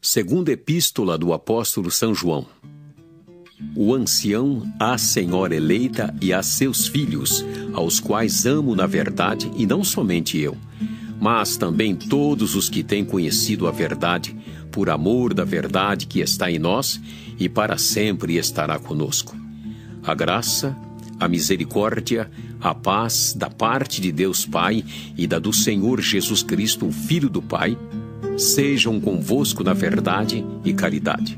Segunda Epístola do Apóstolo São João. O ancião à senhora eleita e a seus filhos, aos quais amo na verdade, e não somente eu, mas também todos os que têm conhecido a verdade, por amor da verdade que está em nós e para sempre estará conosco. A graça, a misericórdia, a paz da parte de Deus Pai e da do Senhor Jesus Cristo, o Filho do Pai, sejam convosco na verdade e caridade.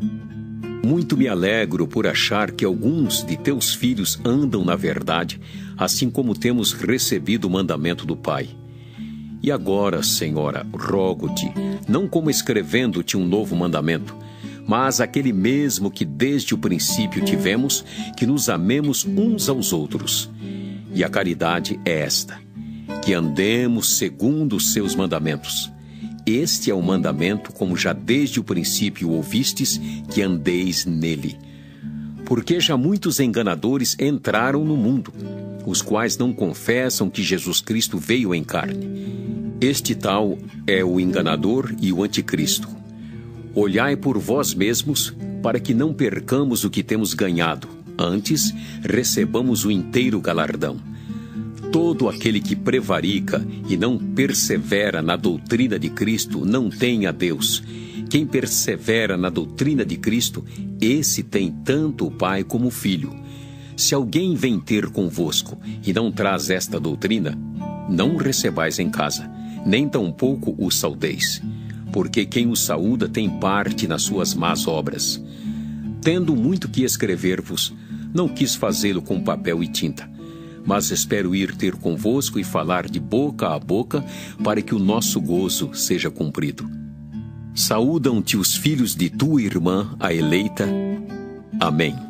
Muito me alegro por achar que alguns de teus filhos andam na verdade, assim como temos recebido o mandamento do Pai. E agora, Senhora, rogo-te, não como escrevendo-te um novo mandamento, mas aquele mesmo que desde o princípio tivemos, que nos amemos uns aos outros. E a caridade é esta, que andemos segundo os seus mandamentos. Este é o mandamento, como já desde o princípio ouvistes, que andeis nele. Porque já muitos enganadores entraram no mundo, os quais não confessam que Jesus Cristo veio em carne. Este tal é o enganador e o anticristo. Olhai por vós mesmos, para que não percamos o que temos ganhado, antes recebamos o inteiro galardão. Todo aquele que prevarica e não persevera na doutrina de Cristo não tem a Deus. Quem persevera na doutrina de Cristo, esse tem tanto o Pai como o Filho. Se alguém vem ter convosco e não traz esta doutrina, não o recebais em casa, nem tampouco o saudeis, porque quem o saúda tem parte nas suas más obras. Tendo muito que escrever-vos, não quis fazê-lo com papel e tinta, mas espero ir ter convosco e falar de boca a boca, para que o nosso gozo seja cumprido. Saúdam-te os filhos de tua irmã, a eleita. Amém.